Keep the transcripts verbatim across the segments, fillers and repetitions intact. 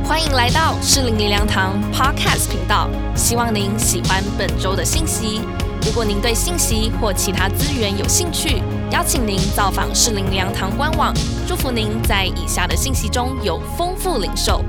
欢迎来到士林灵粮堂 Podcast 频道，希望您喜欢本周的信息。如果您对信息或其他资源有兴趣，邀请您造访士林灵粮堂官网。祝福您在以下的信息中有丰富领受。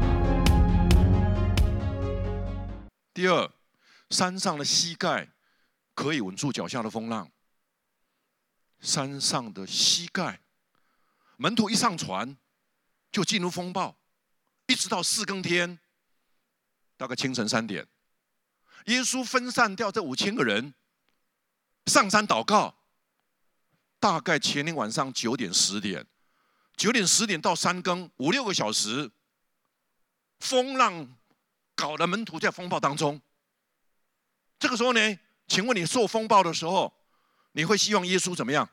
第二，山上的膝盖可以稳住脚下的风浪。山上的膝盖，门徒一上船就进入风暴，一直到四更天，大概清晨三点，耶稣分散掉这五千个人上山祷告。大概前天晚上九点十点，九点十点到三更五六个小时，风浪搞得门徒在风暴当中。这个时候呢，请问你受风暴的时候，你会希望耶稣怎么样？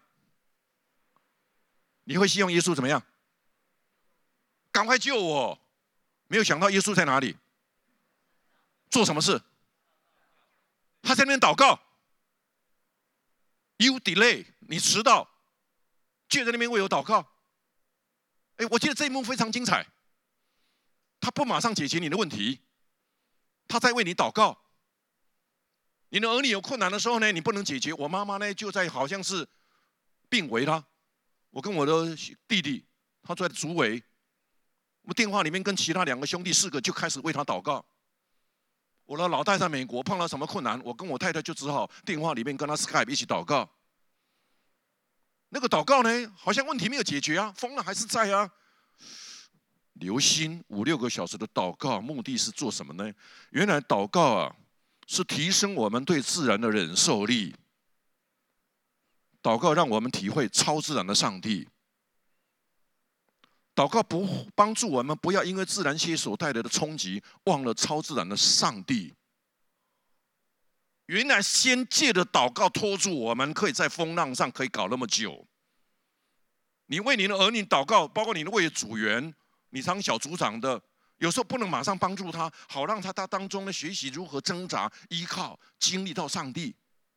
你会希望耶稣怎么样？赶快救我！没有想到耶稣在哪里？做什么事？他在那边祷告。You delay， 你迟到，就在那边为我祷告。哎，我记得这一幕非常精彩。他不马上解决你的问题，他在为你祷告。你的儿女有困难的时候呢，你不能解决。我妈妈呢，就在好像是病危啦。我跟我的弟弟，他住在竹围，我电话里面跟其他两个兄弟四个就开始为他祷告。我的老太太在美国碰到什么困难，我跟我太太就只好电话里面跟他 Skype 一起祷告。那个祷告呢，好像问题没有解决啊，风浪还是在啊。留心五六个小时的祷告，目的是做什么呢？原来祷告啊，是提升我们对自然的忍受力。祷告让我们体会超自然的上帝。祷告不帮助我们不要因为自然界所带来的冲击忘了超自然的上帝。原来先借着祷告拖住我们，可以在风浪上可以搞那么久。你为你的儿女祷告，包括你的为组员，你当小组长的，有时候不能马上帮助他，好让他他当中呢学习如何挣扎、依靠、经历到上帝。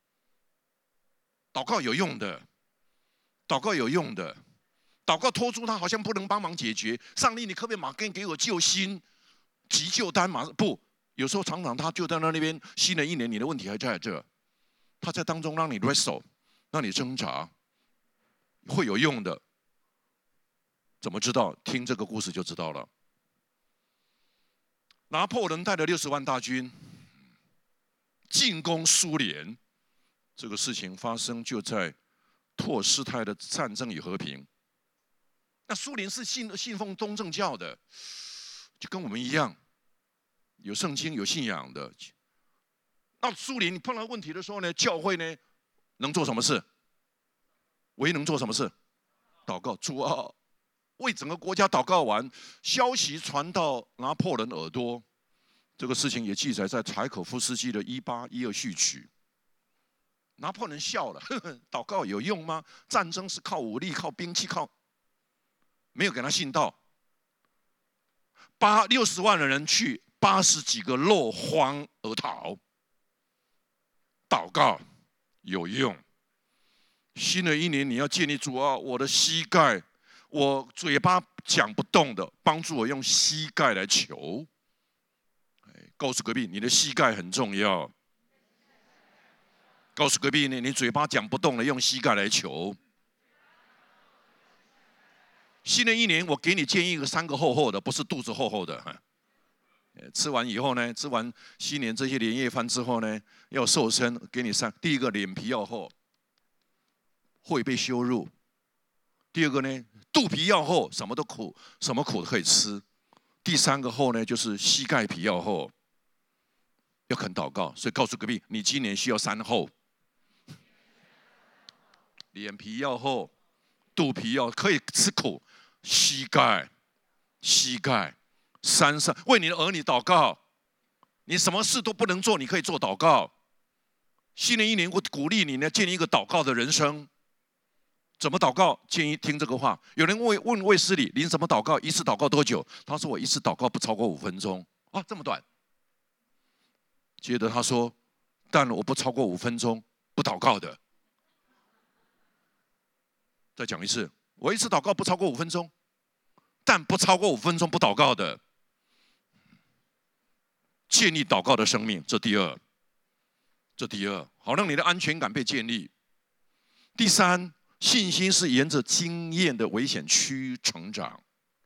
祷告有用的，祷告有用的。祷告拖住他，好像不能帮忙解决。上帝，你可不可以马上给我救星、急救单？马上不，有时候常常他就在那边，新的一年你的问题还在这，他在当中让你 wrestle， 让你挣扎，会有用的。怎么知道？听这个故事就知道了。拿破仑带了六十万大军进攻苏联，这个事情发生就在拓斯泰的《战争与和平》。那苏联是信信奉东正教的，就跟我们一样，有圣经、有信仰的。那苏联你碰到问题的时候呢，教会呢能做什么事？唯一能做什么事？祷告。主啊，为整个国家祷告完，消息传到拿破仑耳朵。这个事情也记载在柴可夫斯基的《一八一二序曲》。拿破仑笑了，呵呵，祷告有用吗？战争是靠武力、靠兵器、靠……没有给他信道。八六十万的人去，八十几个落荒而逃。祷告有用。新的一年你要建立主啊，我的膝盖，我嘴巴讲不动的，帮助我用膝盖来求。告诉隔壁，你的膝盖很重要。告诉隔壁呢，你嘴巴讲不动了，用膝盖来求。新的一年，我给你建议一个三个厚厚的，不是肚子厚厚的。吃完以后呢，吃完新年这些年夜饭之后呢，要瘦身，给你三：第一个，脸皮要厚，会被羞辱；第二个呢，肚皮要厚，什么都苦，什么苦都可以吃；第三个厚呢，就是膝盖皮要厚，要肯祷告。所以告诉隔壁，你今年需要三厚：脸皮要厚，肚皮要可以吃苦。膝盖，膝盖，山上为你的儿女祷告。你什么事都不能做，你可以做祷告。新的一年，我鼓励你呢，建立一个祷告的人生。怎么祷告？建议听这个话。有人问问卫斯理，您怎么祷告？一次祷告多久？他说我一次祷告不超过五分钟。啊，这么短。接着他说，但我不超过五分钟不祷告的。再讲一次。我一次祷告不超过五分钟，但不超过五分钟不祷告的。 建立祷告的生命，这第二，这第二，好让你的安全感被建立。第三，信心是沿着经验的危险区成长。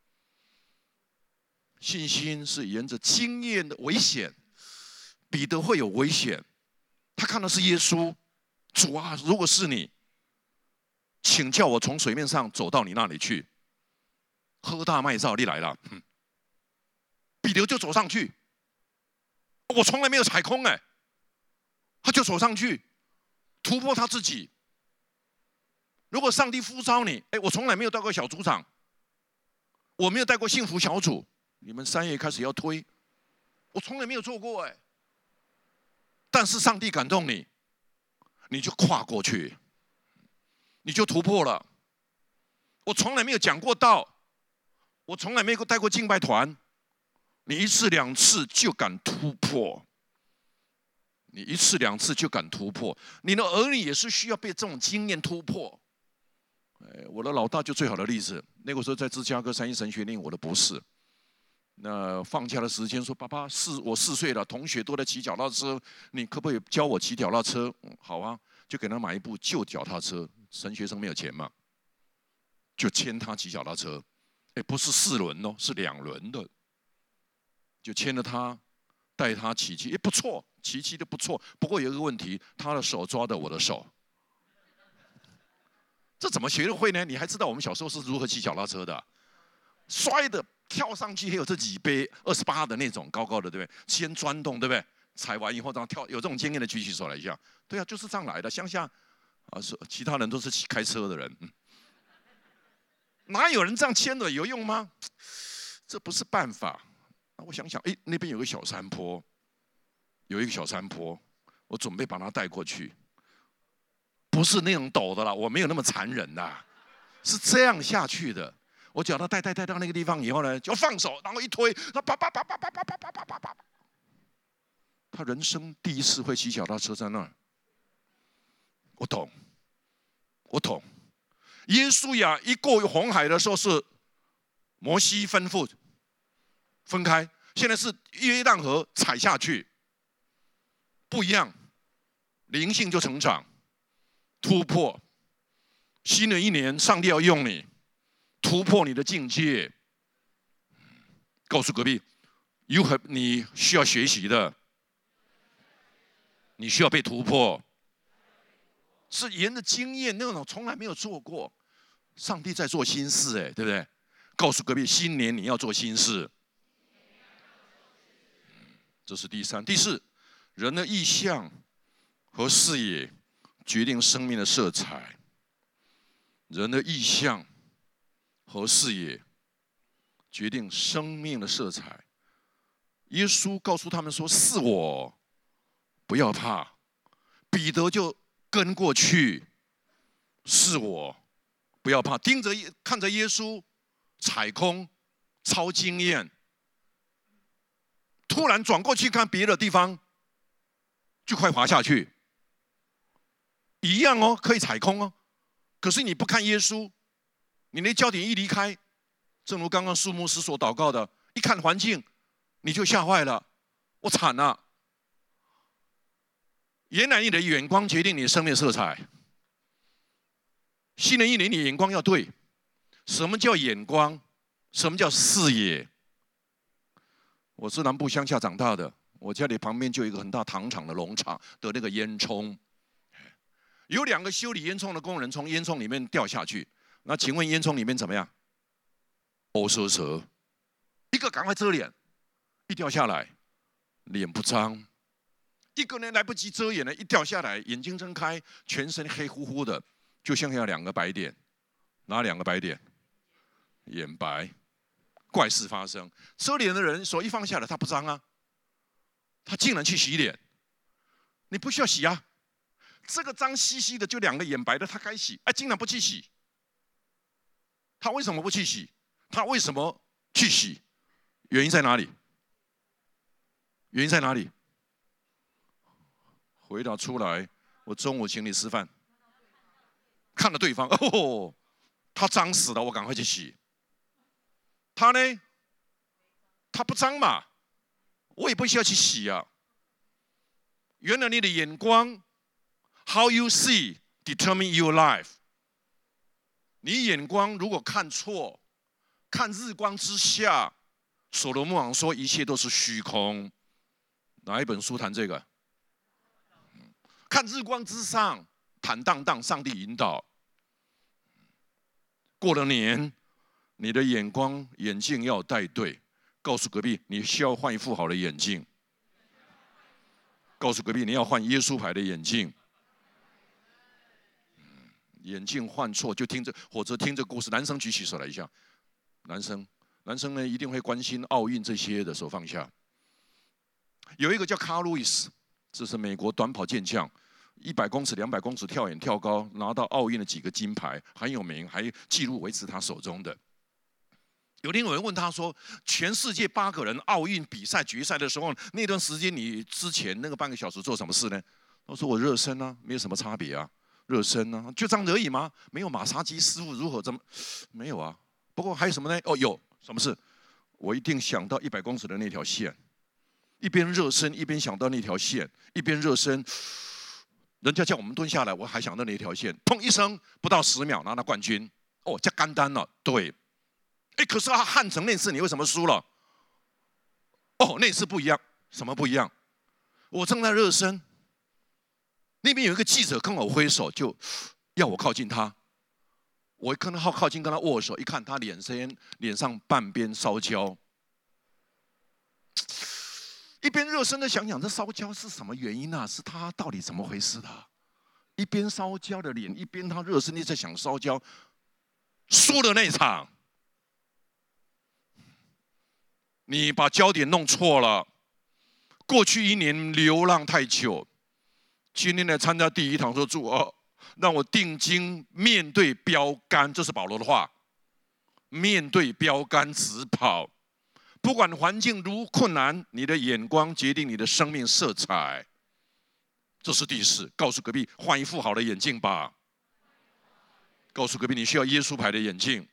信心是沿着经验的危险，彼得会有危险，他看的是耶稣，主啊，如果是你，请叫我从水面上走到你那里去。喝大麦照，你来了，嗯、彼得就走上去。我从来没有踩空哎，他就走上去，突破他自己。如果上帝呼召你，哎，我从来没有带过小组长，我没有带过幸福小组，你们三月开始要推，我从来没有做过哎。但是上帝感动你，你就跨过去，你就突破了。我从来没有讲过道。我从来没有带过敬拜团，你一次两次就敢突破，你一次两次就敢突破，你的儿女也是需要被这种经验突破。我的老大就最好的例子，那个时候在芝加哥三一神学念我的博士，那放假的时间说，爸爸四我四岁了，同学都在骑脚踏车，你可不可以教我骑脚踏车？嗯，好啊，就给他买一部旧脚踏车，神学生没有钱嘛，就牵他骑脚踏车。哎，不是四轮哦，是两轮的，就牵着他，带他骑骑，哎，不错，骑骑的不错。不过有一个问题，他的手抓着我的手，这怎么学得会呢？你还知道我们小时候是如何骑脚踏车的？摔的跳上去，还有这几杯二十八的那种高高的，对不对？先钻洞，对不对？踩完以后，然后跳，有这种经验的举起手来一下。对啊，就是这样来的。乡下啊，是其他人都是开车的人。嗯，哪有人这样牵的？有用吗？这不是办法。我想想，哎，那边有个小山坡，有一个小山坡，我准备把它带过去。不是那种陡的啦，我没有那么残忍的，是这样下去的。我叫他带带带到那个地方以后呢，就放手，然后一推，他啪啪啪啪啪啪啪啪啪啪啪。他人生第一次会骑脚踏车在那儿。我懂，我懂。耶稣呀，一过红海的时候是摩西吩咐分开，现在是约旦河踩下去，不一样，灵性就成长、突破。新的一年，上帝要用你突破你的境界。告诉隔壁 ，You have 你需要学习的，你需要被突破。是沿着经验那种从来没有做过，上帝在做新事，哎，对不对？告诉隔壁，新年你要做新事。这是第三、第四，人的意向和视野决定生命的色彩。人的意向和视野决定生命的色彩。耶稣告诉他们说：“是我，不要怕。”彼得就跟过去，是我，不要怕，盯着看着耶稣踩空，超经验。突然转过去看别的地方，就快滑下去。一样哦，可以踩空哦。可是你不看耶稣，你那焦点一离开，正如刚刚苏牧师所祷告的，一看环境，你就吓坏了，我惨了。原来你的眼光决定你的生命色彩。新的一年，你眼光要对。什么叫眼光？什么叫视野？我是南部乡下长大的，我家里旁边就有一个很大糖厂的农场的那个烟囱，有两个修理烟囱的工人从烟囱里面掉下去。那请问烟囱里面怎么样？欧蛇蛇，一个赶快遮脸，一掉下来，脸不脏。一个人来不及遮掩了，一掉下来，眼睛睁开，全身黑乎乎的，就像有两个白点。哪两个白点？眼白。怪事发生，遮脸的人手一放下来，他不脏啊，他竟然去洗脸。你不需要洗啊，这个脏兮兮的，就两个眼白的，他该洗，哎，竟然不去洗。他为什么不去洗？他为什么去洗？原因在哪里？原因在哪里？回答出来，我中午请你吃饭。看了对方，哦，他脏死了，我赶快去洗。他呢？他不脏嘛？ 我也不需要去洗啊。原来你的眼光 ，how you see determine your life。你眼光如果看错，看日光之下，所罗门王说一切都是虚空。哪一本书谈这个？看日光之上，坦荡荡，上帝引导。过了年，你的眼光眼镜要戴对，告诉隔壁你需要换一副好的眼镜。告诉隔壁你要换耶稣牌的眼镜。眼镜换错就听着，或者听着故事。男生举起手来一下，男生，男生呢一定会关心奥运这些的，手放下。有一个叫卡路易斯，这是美国短跑健将，一百公尺、两百公尺跳远、跳高，拿到奥运的几个金牌，很有名，还记录维持他手中的。有天有人问他说：“全世界八个人奥运比赛决赛的时候，那段时间你之前那个半个小时做什么事呢？”他说：“我热身啊，没有什么差别啊。”热身啊，就这样而已吗？没有马杀鸡师傅如何怎么？没有啊。不过还有什么呢？哦，有什么事？我一定想到一百公尺的那条线，一边热身一边想到那条线，一边热身。人家叫我们蹲下来，我还想到那条线，砰一声，不到十秒拿到冠军。哦，这干单了，对。哎，可是他汉城那次你为什么输了？哦，那次不一样，什么不一样？我正在热身。那边有一个记者跟我挥手，就要我靠近他。我跟他靠近，跟他握手，一看他脸上脸上半边烧焦。一边热身的想想，这烧焦是什么原因啊？是他到底怎么回事的、啊？一边烧焦的脸，一边他热身，一直在想烧焦。输了那场，你把焦点弄错了。过去一年流浪太久。今天来参加第一堂说主啊，让我定睛面对标杆，这是保罗的话。面对标杆直跑，不管环境如困难，你的眼光决定你的生命色彩。这是第四，告诉隔壁换一副好的眼镜吧。告诉隔壁你需要耶稣牌的眼镜。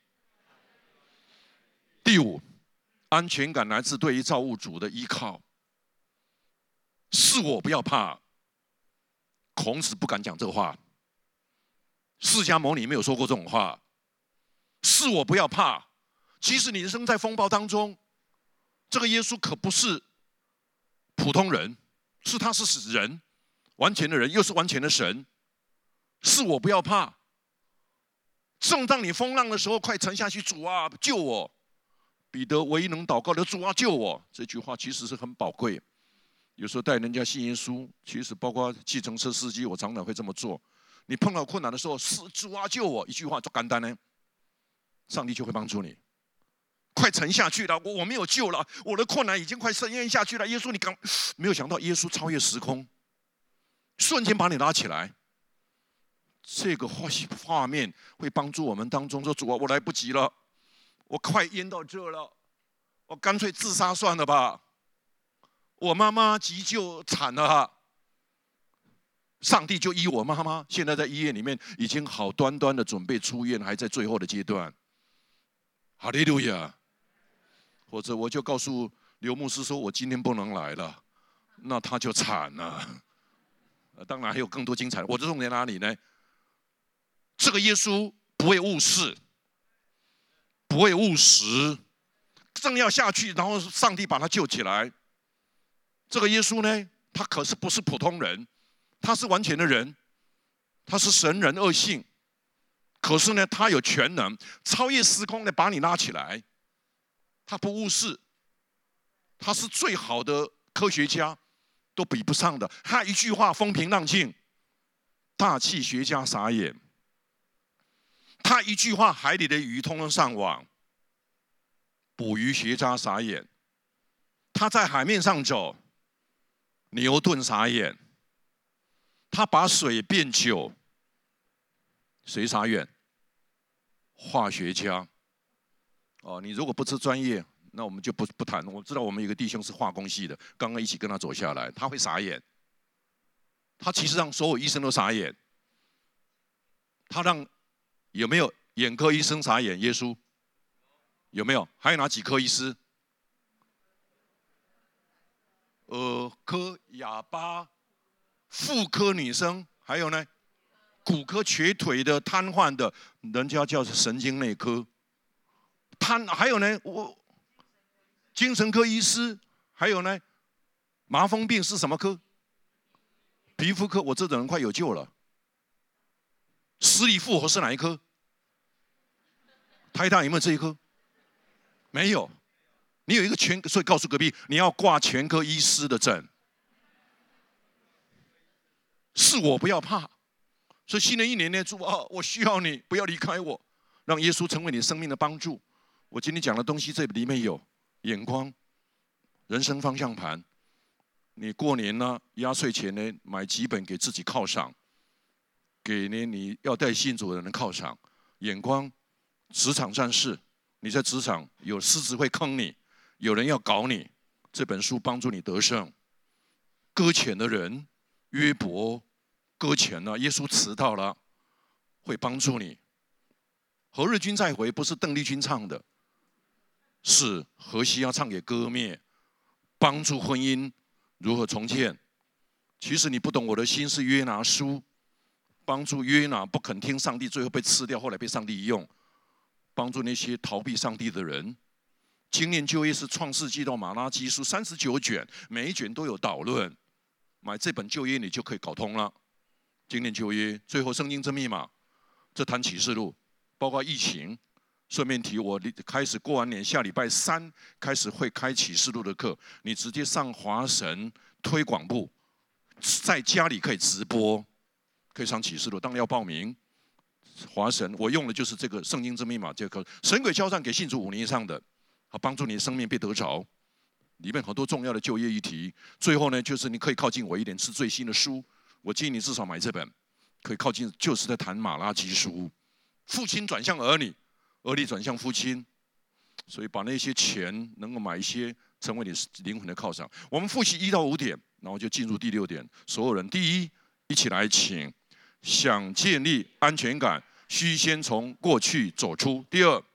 第五，安全感来自对于造物主的依靠。是我不要怕。孔子不敢讲这话，释迦牟尼没有说过这种话。是我不要怕，即使你人生在风暴当中，这个耶稣可不是普通人，是他是人，完全的人，又是完全的神。是我不要怕。正当你风浪的时候，快沉下去，主啊救我！彼得唯一能祷告的，主啊救我！这句话其实是很宝贵。有时候带人家信耶稣，其实包括计程车司机，我常常会这么做。你碰到困难的时候，是主啊救我！一句话就简单呢，上帝就会帮助你。快沉下去了，我我没有救了，我的困难已经快深渊下去了。耶稣，你刚没有想到，耶稣超越时空，瞬间把你拉起来。这个画画面会帮助我们当中说：主啊，我来不及了，我快淹到这了，我干脆自杀算了吧。我妈妈急救惨了，上帝就医我妈妈，现在在医院里面已经好端端的准备出院，还在最后的阶段。哈利路亚！或者我就告诉刘牧师说，我今天不能来了，那他就惨了。当然还有更多精彩的，我的重点哪里呢？这个耶稣不会误事，不会误时，正要下去，然后上帝把他救起来。这个耶稣呢，他可是不是普通人，他是完全的人，他是神人二性。可是呢，他有全能，超越时空的把你拉起来。他不误事，他是最好的科学家，都比不上的。他一句话风平浪静，大气学家傻眼。他一句话，海里的鱼通通上网，捕鱼学家傻眼。他在海面上走，牛顿傻眼。他把水变酒，谁傻眼？化学家。哦，你如果不是专业，那我们就不不谈。我知道我们有个弟兄是化工系的，刚刚一起跟他走下来，他会傻眼。他其实让所有医生都傻眼。他让有没有眼科医生傻眼？耶稣有没有？还有哪几科医师？ 耳科、哑巴、妇科女生，还有呢，骨科瘸腿的、瘫痪的，人家叫神经内科。瘫还有呢，我精神科医师，还有呢，麻风病是什么科？皮肤科，我这种人快有救了。死里复活是哪一科？台大有没有这一科？没有。你有一个全，所以告诉隔壁，你要挂全科医师的诊。是我不要怕。所以新的一年呢，主啊，我需要你，不要离开我，让耶稣成为你生命的帮助。我今天讲的东西，这里面有眼光、人生方向盘。你过年呢，压岁钱呢，买几本给自己犒赏，给呢你要带信主的人犒赏。眼光，职场战士，你在职场有狮子会坑你，有人要搞你，这本书帮助你得胜。搁浅的人，约伯搁浅了，耶稣迟到了，会帮助你。何日君再回不是邓丽君唱的，是何西阿唱给歌灭，帮助婚姻如何重建。其实你不懂我的心是约拿书，帮助约拿不肯听上帝，最后被吃掉，后来被上帝用，帮助那些逃避上帝的人。经验就业是创世纪到马拉基书三十九卷，每一卷都有导论。买这本就业你就可以搞通了。经验就业，最后圣经之密码，这谈启示录，包括疫情。顺便提，我开始过完年，下礼拜三开始会开启示录的课，你直接上华神推广部，在家里可以直播，可以上启示录，当然要报名。华神我用的就是这个圣经之密码这个课，神鬼交战给信主五年以上的，好帮助你的生命被得着。里面很多重要的就业议题。最后呢，就是你可以靠近我一点，是最新的书，我建议你至少买这本，可以靠近，就是在谈马拉基书，父亲转向儿女。儿女转向父亲，所以把那些钱能够买一些，成为你灵魂的犒赏。我们复习一到五点，然后就进入第六点。所有人，第一，一起来，请想建立安全感，需先从过去走出。第二，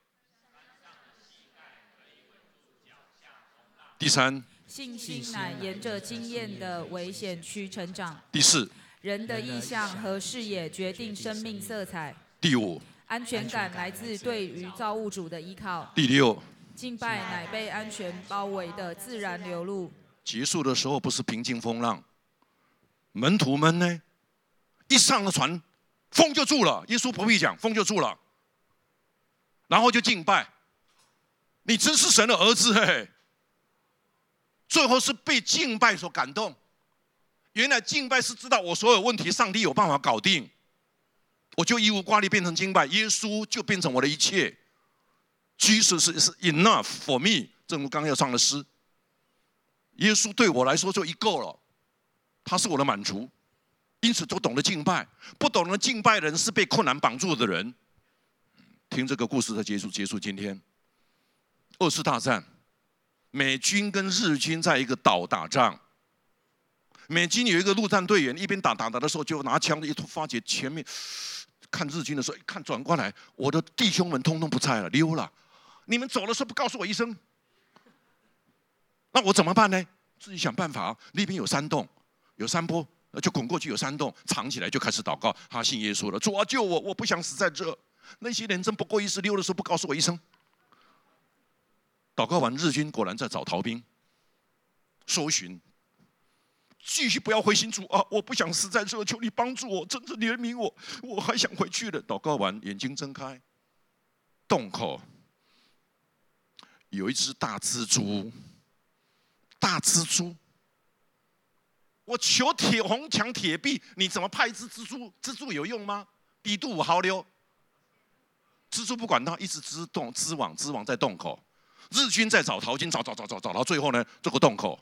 第三， 信心乃沿着经验的危险区成长。 第四， 人的意向和视野决定生命色彩。 第五， 安全感来自对于造物主的依靠。 第六， 敬拜乃被安全包围的自然流露。 结束的时候不是平静风浪，门徒们呢，一上了船，风就住了。耶稣不必讲，风就住了，然后就敬拜。你真是神的儿子嘿！最后是被敬拜所感动。原来敬拜是知道我所有问题，上帝有办法搞定。我就义无挂虑变成敬拜，耶稣就变成我的一切。Jesus is enough for me， 正如刚刚要唱的诗。耶稣对我来说就一够了，他是我的满足，因此都懂得敬拜。不懂得敬拜的人是被困难绑住的人。听这个故事的结束，结束今天。二次大战，美军跟日军在一个岛打仗。美军有一个陆战队员，一边打打打的时候就拿枪，一发觉前面。看日军的时候，一看转过来，我的弟兄们通通不在了，溜了。你们走的时候不告诉我一声，那我怎么办呢？自己想办法。那边有山洞，有山坡，就滚过去；有山洞，藏起来就开始祷告。他信耶稣了，主啊救我，我不想死在这。那些人真不够意思，溜的时候不告诉我一声。祷告完，日军果然在找逃兵，搜寻。继续不要灰心，主啊！我不想死在这，求你帮助我，真的怜悯我，我还想回去的。祷告完，眼睛睁开，洞口有一只大蜘蛛，大蜘蛛。我求铁红墙铁壁，你怎么派一只蜘蛛？蜘蛛有用吗？低度五毫溜，蜘蛛不管它，一直织洞织网，织网在洞口。日军在找淘金，找找找找找到最后呢，这个洞口。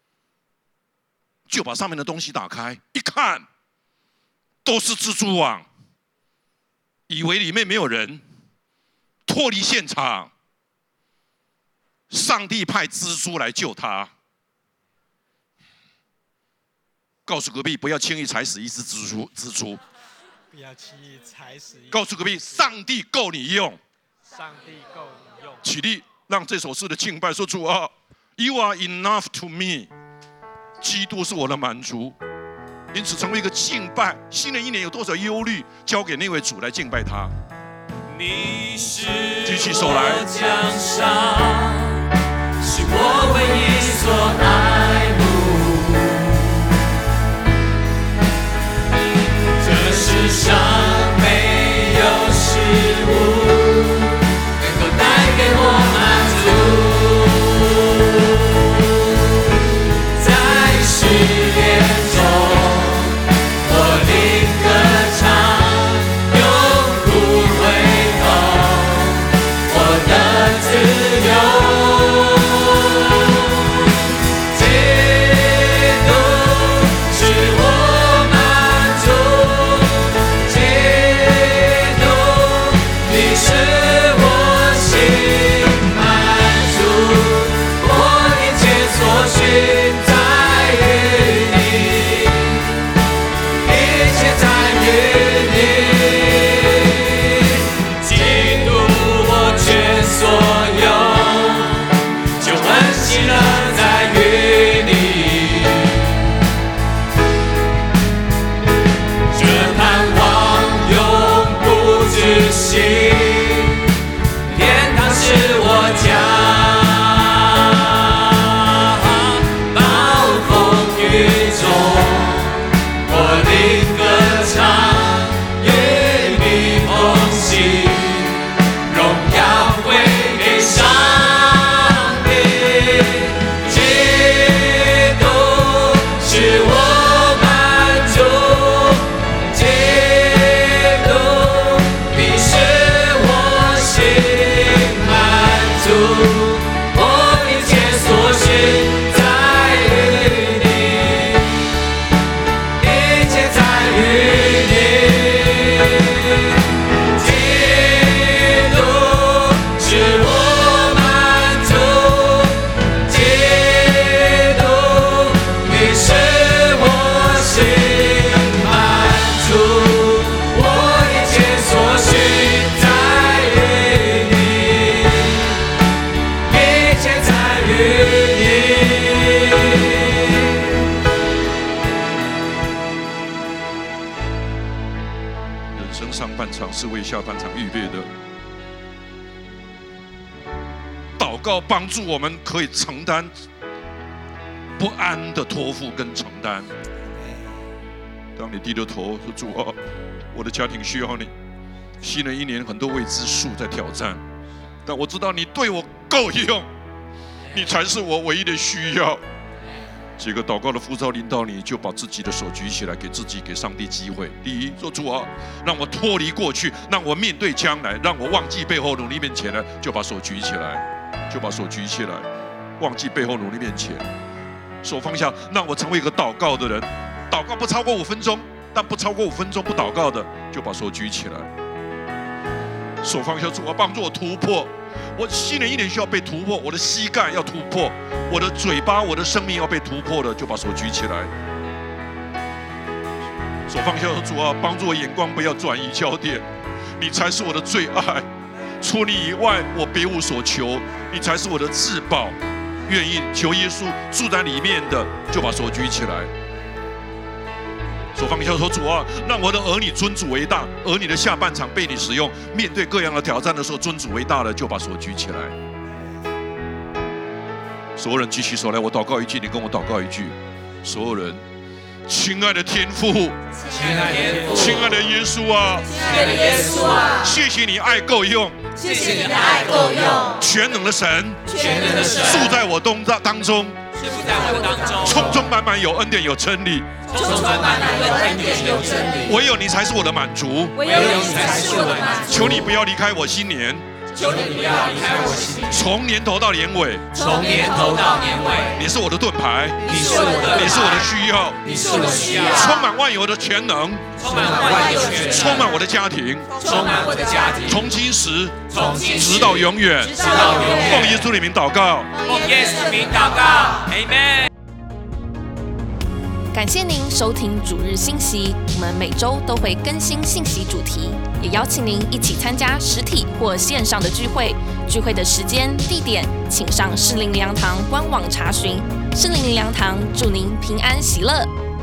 就把上面的东西打开，一看，都是蜘蛛网，以为里面没有人，脱离现场。上帝派蜘蛛来救他。告诉隔壁，不要轻易踩死一只蜘蛛。蜘蛛， 不要轻易踩死一。 告诉隔壁，上帝够你用。 上帝够你用。 起立，让这首诗的敬拜说：主啊 ，You are enough to me。 基督是我的满足。因此，成为一个敬拜。新的一年有多少忧虑，交给那位主来敬拜他。 你是举起手来， 奖赏，是我唯一所爱慕。这世上没有事物能够带给我满足，在试炼中。 是为下半场预备的。祷告帮助我们可以承担不安的托付跟承担。当你低着头说：“主啊，我的家庭需要你。新的一年很多未知数在挑战，但我知道你对我够用，你才是我唯一的需要。”这个祷告的呼召临到你，就把自己的手举起来，给自己、给上帝机会。第一，说主啊，让我脱离过去，让我面对将来，让我忘记背后，努力面前呢，就把手举起来，就把手举起来，忘记背后，努力面前，手放下，让我成为一个祷告的人。祷告不超过五分钟，但不超过五分钟不祷告的，就把手举起来，手放下，主啊，帮助我突破。我新的一年需要被突破，我的膝盖要突破，我的嘴巴、我的生命要被突破的，就把手举起来。手放下，主啊，帮助我眼光不要转移焦点，你才是我的最爱，除你以外我别无所求，你才是我的至宝。愿意求耶稣住在里面的，就把手举起来。手放下说：“主啊，让我的儿女尊主为大，儿女的下半场被你使用，面对各样的挑战的时候，尊主为大了，就把手举起来。”所有人举起手来，我祷告一句，你跟我祷告一句。所有人，亲爱的天父， 亲爱的天父， 亲爱的耶稣啊， 亲爱的耶稣啊， 谢谢你爱够用， 谢谢你的爱够用， 全能的神， 全能的神住在我当当中， 住在我当中， 充充满满有恩典有真理。 充充满满有恩典有真理， 唯有你才是我的满足， 唯有你才是我的满足。 求你不要离开我新年， 求你不要离开我心， 从年头到年尾， 从年头到年尾， 你是我的盾牌， 你是我的， 你是我的需要， 你是我的需要， 充满万有的全能， 充满万有全能， 充满我的家庭， 充满我的家庭， 从今时从今时直到永远， 直到永远。 奉耶稣的名祷告， 奉耶稣的名祷告 ，Amen。 感谢您收听主日信息，我们每周都会更新信息主题，也邀请您一起参加实体或线上的聚会。聚会的时间、地点，请上士林灵粮堂官网查询。士林灵粮堂祝您平安喜乐。